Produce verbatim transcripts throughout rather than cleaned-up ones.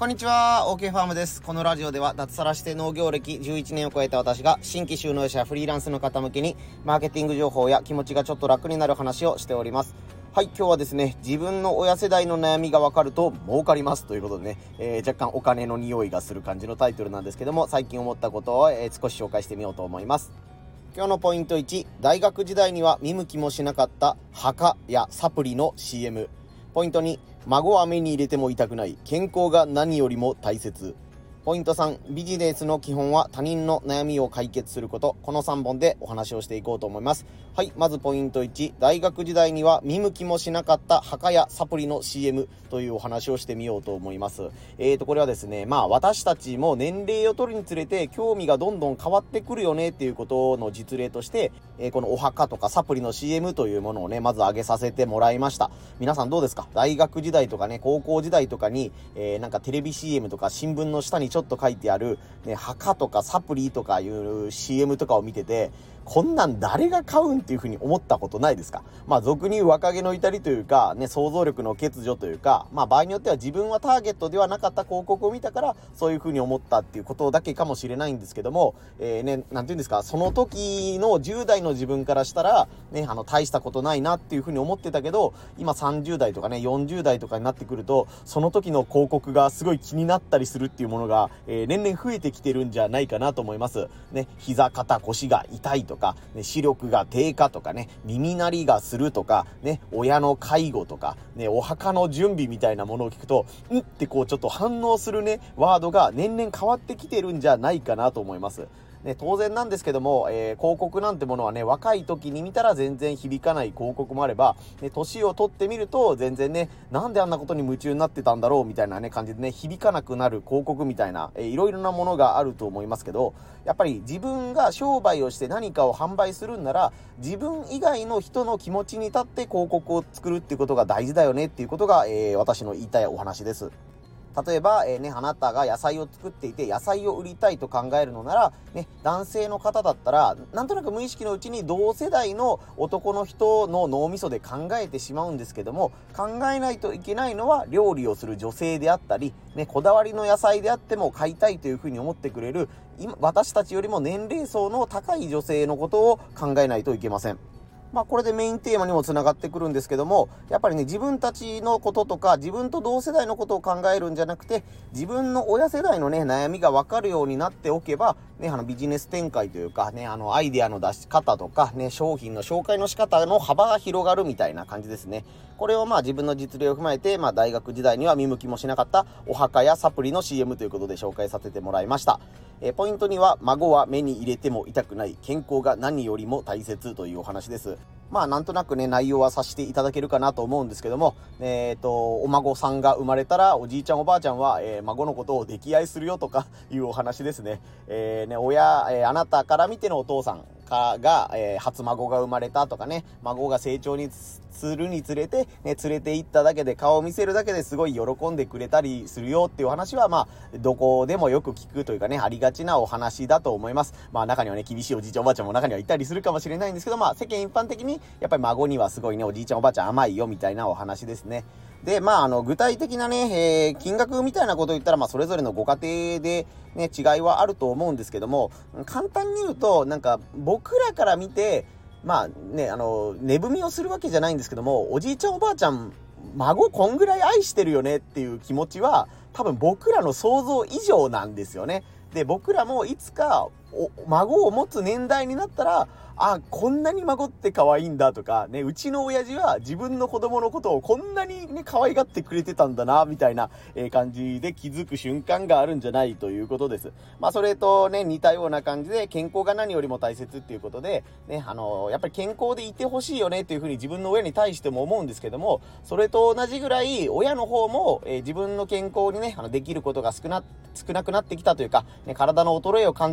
こんにちは、 OK ファームです。このラジオでは脱サラして農業歴じゅういちねんを超えた私が新規就農者やフリーランスの方向けにマーケティング情報や気持ちがちょっと楽になる話をしております。はい、今日はですね、自分の親世代の悩みがわかると儲かりますということでね、えー、若干お金の匂いがする感じのタイトルなんですけども、最近思ったことを、えー、少し紹介してみようと思います。今日のポイントいち、大学時代には見向きもしなかった墓やサプリの シーエム。 ポイントに、孫は目に入れても痛くない、健康が何よりも大切。ポイントさん、ビジネスの基本は他人の悩みを解決すること。このさんぼんでお話をしていこうと思います。はい、まずポイントいち、大学時代には見向きもしなかった墓やサプリの シーエム というお話をしてみようと思います。えーとこれはですね、まあ私たちも年齢を取るにつれて興味がどんどん変わってくるよねっていうことの実例として、えー、このお墓とかサプリの シーエム というものをね、まず挙げさせてもらいました。皆さんどうですか？大学時代とかね、高校時代とかに、えー、なんかテレビ シーエム とか新聞の下にちょっと書いてある、ね、墓とかサプリとかいう シーエム とかを見てて、こんなん誰が買うんっていう風に思ったことないですか？まあ俗に言う若気の至りというかね、想像力の欠如というか、まあ場合によっては自分はターゲットではなかった広告を見たからそういう風に思ったっていうことだけかもしれないんですけども、えー、ね、なんていうんですか、その時のじゅう代の自分からしたらね、あの大したことないなっていう風に思ってたけど、今さんじゅう代とかね、よんじゅう代とかになってくると、その時の広告がすごい気になったりするっていうものが、えー、年々増えてきてるんじゃないかなと思います。ね、膝肩腰が痛いとか、ね、視力が低下とかね、耳鳴りがするとか、ね、親の介護とか、ね、お墓の準備みたいなものを聞くと、んってこうちょっと反応するね、ワードが年々変わってきてるんじゃないかなと思います。ね、当然なんですけども、えー、広告なんてものはね、若い時に見たら全然響かない広告もあれば、ね、年を取ってみると全然ね、なんであんなことに夢中になってたんだろうみたいなね、感じでね、響かなくなる広告みたいな、えー、いろいろなものがあると思いますけど、やっぱり自分が商売をして何かを販売するんなら、自分以外の人の気持ちに立って広告を作るっていうことが大事だよねっていうことが、えー、私の言いたいお話です。例えば、えー、ね、あなたが野菜を作っていて野菜を売りたいと考えるのなら、ね、男性の方だったらなんとなく無意識のうちに同世代の男の人の脳みそで考えてしまうんですけども、考えないといけないのは料理をする女性であったり、ね、こだわりの野菜であっても買いたいというふうに思ってくれる今私たちよりも年齢層の高い女性のことを考えないといけません。まあこれでメインテーマにもつながってくるんですけども、やっぱりね、自分たちのこととか自分と同世代のことを考えるんじゃなくて、自分の親世代のね、悩みが分かるようになっておけばね、あのビジネス展開というかね、あのアイデアの出し方とかね、商品の紹介の仕方の幅が広がるみたいな感じですね。これをまあ自分の実例を踏まえて、まあ大学時代には見向きもしなかったお墓やサプリの シーエム ということで紹介させてもらいました。えー、ポイントには、孫は目に入れても痛くない、健康が何よりも大切というお話です。まあなんとなくね、内容はさせていただけるかなと思うんですけども、えっと、お孫さんが生まれたらおじいちゃんおばあちゃんは、えー、孫のことを溺愛するよとかいうお話ですね。えー、ね、親、えー、あなたから見てのお父さんが、えー、初孫が生まれたとかね、孫が成長にするにつれて、ね、連れて行っただけで顔を見せるだけですごい喜んでくれたりするよっていう話は、まあどこでもよく聞くというかね、ありがちなお話だと思います。まあ中にはね、厳しいおじいちゃんおばあちゃんも中にはいたりするかもしれないんですけど、まあ世間一般的にやっぱり孫にはすごいね、おじいちゃんおばあちゃん甘いよみたいなお話ですね。で、まあ、あの、具体的なね、えー、金額みたいなことを言ったら、まあ、それぞれのご家庭でね、違いはあると思うんですけども、簡単に言うと、なんか、僕らから見て、まあね、あの、値踏みをするわけじゃないんですけども、おじいちゃんおばあちゃん、孫こんぐらい愛してるよねっていう気持ちは、多分僕らの想像以上なんですよね。で、僕らもいつかお孫を持つ年代になったら、あ、こんなに孫って可愛いんだとか、ね、うちの親父は自分の子供のことをこんなにね、可愛がってくれてたんだな、みたいな、えー、感じで気づく瞬間があるんじゃないということです。まあ、それとね、似たような感じで、健康が何よりも大切っていうことで、ね、あのー、やっぱり健康でいてほしいよねっていうふうに自分の親に対しても思うんですけども、それと同じぐらい、親の方も、えー、自分の健康にね、あの、できることが少な、少なくなってきたというか、ね、体の衰えを感じるにつれて、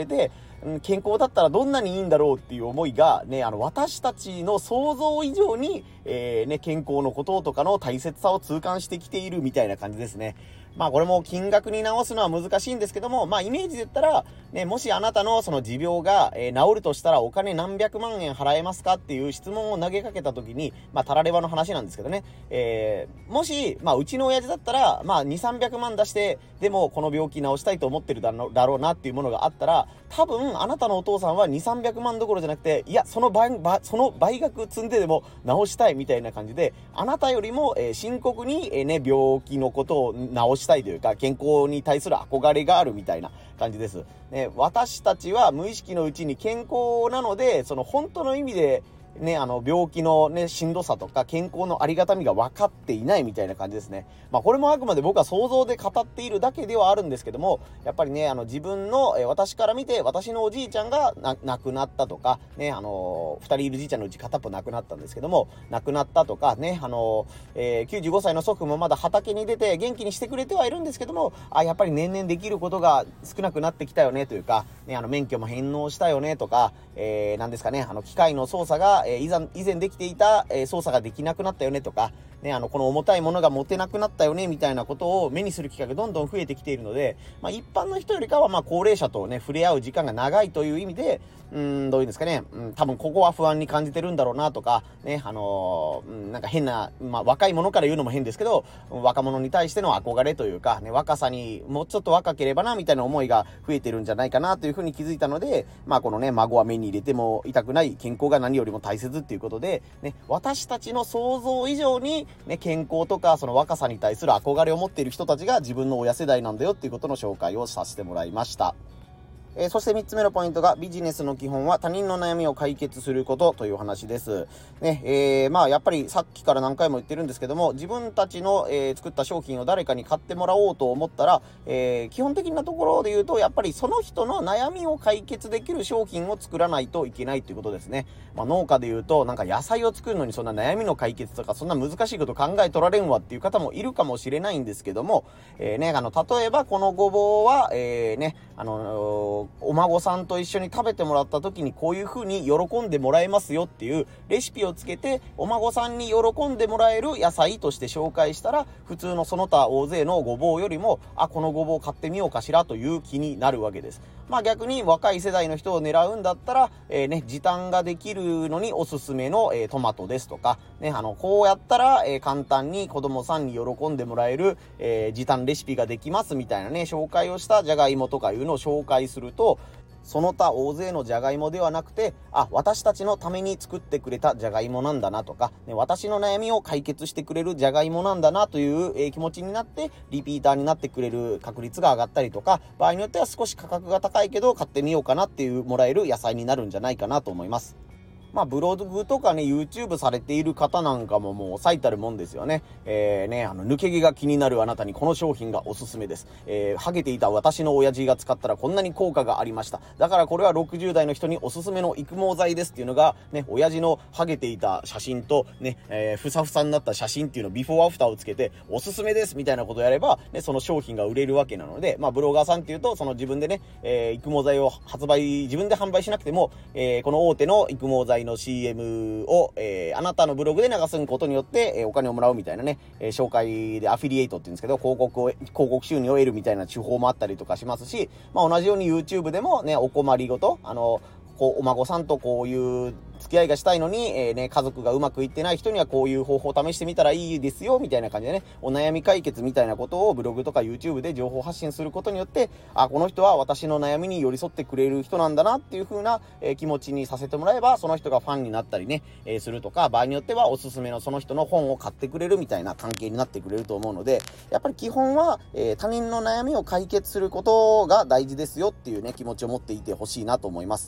て、うん、健康だったらどんなにいいんだろうっていう思いがね、あの、私たちの想像以上に、えー、ね、健康のこととかの大切さを痛感してきているみたいな感じですね。まあこれも金額に直すのは難しいんですけども、まあイメージで言ったら、ね、もしあなたのその持病が、えー、治るとしたらお金何百万円払えますかっていう質問を投げかけた時に、まあたらればの話なんですけどね、えー、もし、まあうちの親父だったら、まあに、さんびゃくまん出して、でもこの病気治したいと思ってるだろう、だろうなっていうものがあったら、多分あなたのお父さんはに、さんびゃくまんどころじゃなくて、いや、その倍、倍その倍額積んででも治したいみたいな感じで、あなたよりも、えー、深刻に、えー、ね、病気のことを治したいというか、健康に対する憧れがあるみたいな感じです。ね、私たちは無意識のうちに健康なので、その本当の意味で、ね、あの、病気のね、しんどさとか、健康のありがたみが分かっていないみたいな感じですね。まあ、これもあくまで僕は想像で語っているだけではあるんですけども、やっぱりね、あの、自分の、えー、私から見て、私のおじいちゃんがな亡くなったとか、ね、あのー、二人いるじいちゃんのうち片っぽ亡くなったんですけども、亡くなったとか、ね、あのー、えー、きゅうじゅうごさいの祖父もまだ畑に出て元気にしてくれてはいるんですけども、あ、やっぱり年々できることが少なくなってきたよね、というか、ね、あの、免許も返納したよね、とか、えー、なんですかね、あの、機械の操作が、えー、以前、以前できていた、えー、操作ができなくなったよねとか、ね、あの、この重たいものが持てなくなったよね、みたいなことを目にする機会がどんどん増えてきているので、まあ、一般の人よりかは、まあ、高齢者とね、触れ合う時間が長いという意味で、うーん、どういうんですかね、うん、多分ここは不安に感じてるんだろうなとか、ね、あのー、うん、なんか変な、まあ、若い者から言うのも変ですけど、若者に対しての憧れというか、ね、若さにもうちょっと若ければな、みたいな思いが増えてるんじゃないかな、というふうに気づいたので、まあ、このね、孫は目に入れても痛くない健康が何よりも大切っていうことで、ね、私たちの想像以上に、ね、健康とかその若さに対する憧れを持っている人たちが自分の親世代なんだよっていうことの紹介をさせてもらいました。えー、そしてみっつめのポイントが、ビジネスの基本は他人の悩みを解決することという話です。ね、えー、まあやっぱりさっきから何回も言ってるんですけども、自分たちの、えー、作った商品を誰かに買ってもらおうと思ったら、えー、基本的なところで言うと、やっぱりその人の悩みを解決できる商品を作らないといけないということですね。まあ農家で言うと、なんか野菜を作るのにそんな悩みの解決とか、そんな難しいこと考えとられんわっていう方もいるかもしれないんですけども、えー、ね、あの、例えばこのごぼうは、えー、ね、あのー、お孫さんと一緒に食べてもらった時にこういう風に喜んでもらえますよっていうレシピをつけて、お孫さんに喜んでもらえる野菜として紹介したら、普通のその他大勢のごぼうよりも、あ、このごぼう買ってみようかしらという気になるわけです。まあ逆に若い世代の人を狙うんだったら、えー、ね、時短ができるのにおすすめの、えー、トマトですとか、ね、あの、こうやったら、えー、簡単に子供さんに喜んでもらえる、えー、時短レシピができますみたいなね、紹介をしたじゃがいもとかいうのを紹介すると、その他大勢のじゃがいもではなくて、あ、私たちのために作ってくれたじゃがいもなんだなとか、ね、私の悩みを解決してくれるじゃがいもなんだなという、えー、気持ちになって、リピーターになってくれる確率が上がったりとか、場合によっては少し価格が高いけど買ってみようかなっていうもらえる野菜になるんじゃないかなと思います。まあ、ブログとかね、YouTube されている方なんかももう最たるもんですよね。えーね、あの、抜け毛が気になるあなたにこの商品がおすすめです。えー、ハゲていた私の親父が使ったらこんなに効果がありました。だからこれはろくじゅう代の人におすすめの育毛剤ですっていうのが、ね、親父のハゲていた写真と、ね、えー、ふさふさになった写真っていうのをビフォーアフターをつけて、おすすめですみたいなことをやれば、ね、その商品が売れるわけなので、まあ、ブロガーさんっていうと、その自分でね、えー、育毛剤を発売、自分で販売しなくても、えー、この大手の育毛剤の シーエムを、えー、あなたのブログで流すことによって、えー、お金をもらうみたいなね、えー、紹介でアフィリエイトって言うんですけど、広告を、広告収入を得るみたいな手法もあったりとかしますし、まあ同じように YouTube でもね、お困りごと、あの、こう、お孫さんとこういう付き合いがしたいのに、えー、ね、家族がうまくいってない人にはこういう方法を試してみたらいいですよ、みたいな感じでね、お悩み解決みたいなことをブログとか YouTube で情報発信することによって、あ、この人は私の悩みに寄り添ってくれる人なんだなっていう風な、えー、気持ちにさせてもらえば、その人がファンになったりね、えー、するとか、場合によってはおすすめのその人の本を買ってくれるみたいな関係になってくれると思うので、やっぱり基本は、えー、他人の悩みを解決することが大事ですよっていうね、気持ちを持っていてほしいなと思います。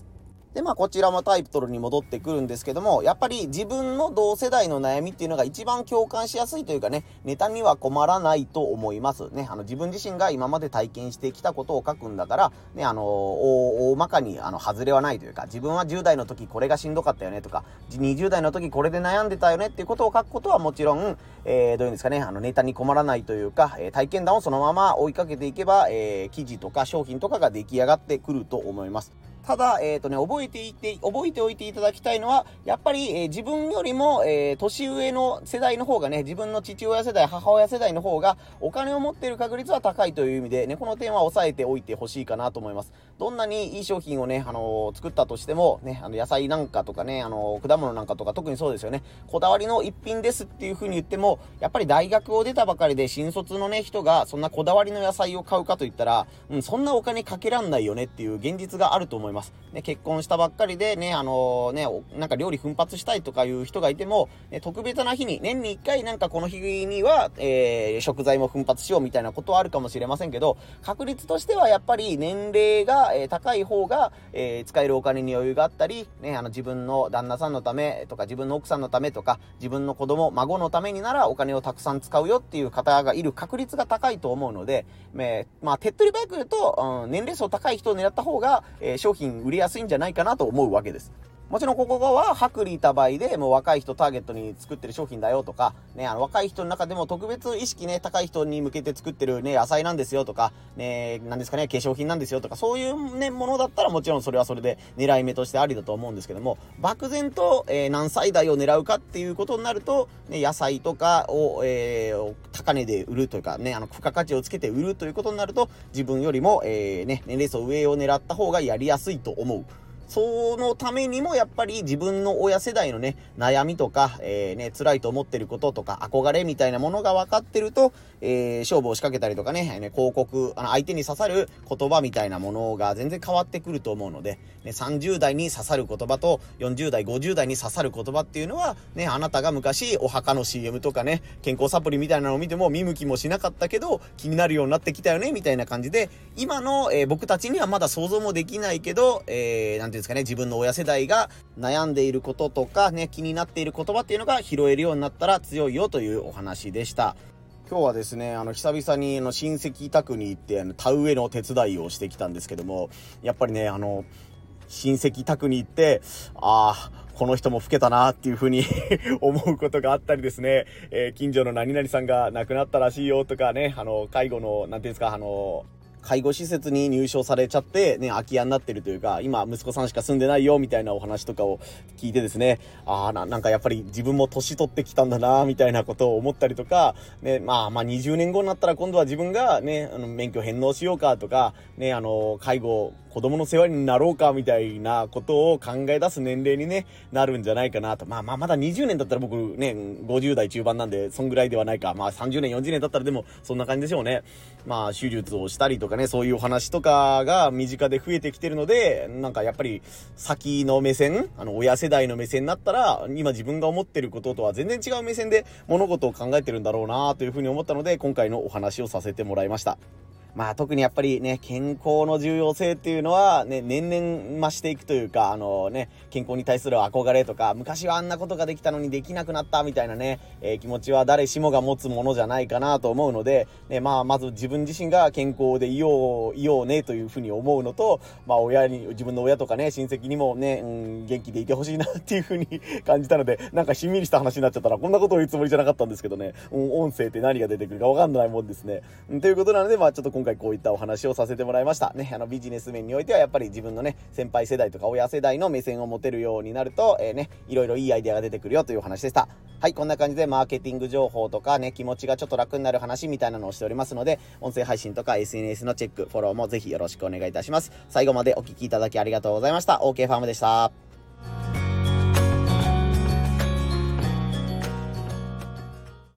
で、まあ、こちらもタイトルに戻ってくるんですけども、やっぱり自分の同世代の悩みっていうのが一番共感しやすいというかね、ネタには困らないと思いますね。あの、自分自身が今まで体験してきたことを書くんだから、ね、あの、大、大まかに、あの、外れはないというか、自分はじゅう代の時これがしんどかったよねとか、にじゅう代の時これで悩んでたよねっていうことを書くことはもちろん、えー、どういうんですかね、あの、ネタに困らないというか、えー、体験談をそのまま追いかけていけば、えー、記事とか商品とかが出来上がってくると思います。ただ、えっとね、覚えていて、覚えておいていただきたいのは、やっぱり、えー、自分よりも、えー、年上の世代の方がね、自分の父親世代、母親世代の方が、お金を持っている確率は高いという意味でね、この点は押さえておいてほしいかなと思います。どんなにいい商品をね、あのー、作ったとしても、ね、あの、野菜なんかとかね、あのー、果物なんかとか特にそうですよね。こだわりの一品ですっていう風に言っても、やっぱり大学を出たばかりで新卒のね、人が、そんなこだわりの野菜を買うかと言ったら、うん、そんなお金かけらんないよねっていう現実があると思います。ね、結婚したばっかりでね、あのー、ね、なんか料理奮発したいとかいう人がいても、ね、特別な日に、年に一回なんかこの日には、えー、食材も奮発しようみたいなことはあるかもしれませんけど、確率としてはやっぱり年齢が、えー、高い方が、えー、使えるお金に余裕があったり、ね、あの自分の旦那さんのためとか、自分の奥さんのためとか、自分の子供、孫のためにならお金をたくさん使うよっていう方がいる確率が高いと思うので、えー、まあ、手っ取り早く言うと、うん、年齢層高い人を狙った方が、えー、商品売りやすいんじゃないかなと思うわけです。もちろんここは薄利多売でもう若い人ターゲットに作ってる商品だよとか、ね、あの若い人の中でも特別意識ね、高い人に向けて作ってるね、野菜なんですよとか、ね、なんですかね、化粧品なんですよとか、そういうね、ものだったらもちろんそれはそれで狙い目としてありだと思うんですけども、漠然と、えー、何歳代を狙うかっていうことになると、ね、野菜とかを、えー、高値で売るというかね、あの、付加価値をつけて売るということになると、自分よりも、えー、ね、年齢層上を狙った方がやりやすいと思う。そのためにもやっぱり自分の親世代のね、悩みとか、えー、ね、辛いと思ってることとか、憧れみたいなものが分かってると、えー、勝負を仕掛けたりとかね、ね、広告、あの、相手に刺さる言葉みたいなものが全然変わってくると思うので、ね、さんじゅう代に刺さる言葉と、よんじゅう代、ごじゅう代に刺さる言葉っていうのは、ね、あなたが昔、お墓の シーエム とかね、健康サプリみたいなのを見ても見向きもしなかったけど、気になるようになってきたよね、みたいな感じで、今の、えー、僕たちにはまだ想像もできないけど、えー、なんていうんですかね、自分の親世代が悩んでいることとかね、気になっている言葉っていうのが拾えるようになったら強いよというお話でした。今日はですね、あの、久々にあの親戚宅に行って、あの、田植えの手伝いをしてきたんですけども、やっぱりね、あの、親戚宅に行って、ああ、この人も老けたなっていう風に思うことがあったりですね、えー、近所の何々さんが亡くなったらしいよとかね、あの、介護の、なんていうんですか、あの、介護施設に入所されちゃってね、空き家になってるというか、今息子さんしか住んでないよみたいなお話とかを聞いてですね、ああ、な、なんかやっぱり自分も年取ってきたんだなみたいなことを思ったりとか、ね、まあまあにじゅうねんごになったら今度は自分がね、あの免許返納しようかとか、ね、あの、介護、子供の世話になろうかみたいなことを考え出す年齢にね、なるんじゃないかなと。まあまあまだにじゅうねんだったら僕ね、ごじゅう代中盤なんで、そんぐらいではないか。まあさんじゅうねん、よんじゅうねんだったらでもそんな感じでしょうね。まあ手術をしたりとかね、そういうお話とかが身近で増えてきてるので、なんかやっぱり先の目線、あの親世代の目線になったら、今自分が思ってることとは全然違う目線で物事を考えてるんだろうなというふうに思ったので、今回のお話をさせてもらいました。まあ特にやっぱりね、健康の重要性っていうのはね、年々増していくというか、あのね、健康に対する憧れとか、昔はあんなことができたのにできなくなったみたいなね、えー、気持ちは誰しもが持つものじゃないかなと思うので、ね、まあまず自分自身が健康でいよう、いようねというふうに思うのと、まあ親に、自分の親とかね、親戚にもね、うん、元気でいてほしいなっていうふうに感じたので、なんかしんみりした話になっちゃったら、こんなことを言うつもりじゃなかったんですけどね、うん、音声って何が出てくるかわかんないもんですね。うん、ということなので、まあちょっと今回こういったお話をさせてもらいましたね。あのビジネス面においてはやっぱり自分のね、先輩世代とか親世代の目線を持てるようになると、えー、ね、いろいろいいアイデアが出てくるよというお話でした。はい、こんな感じでマーケティング情報とかね、気持ちがちょっと楽になる話みたいなのをしておりますので、音声配信とか エスエヌエス のチェック、フォローもぜひよろしくお願いいたします。最後までお聞きいただきありがとうございました。OK ファームでした。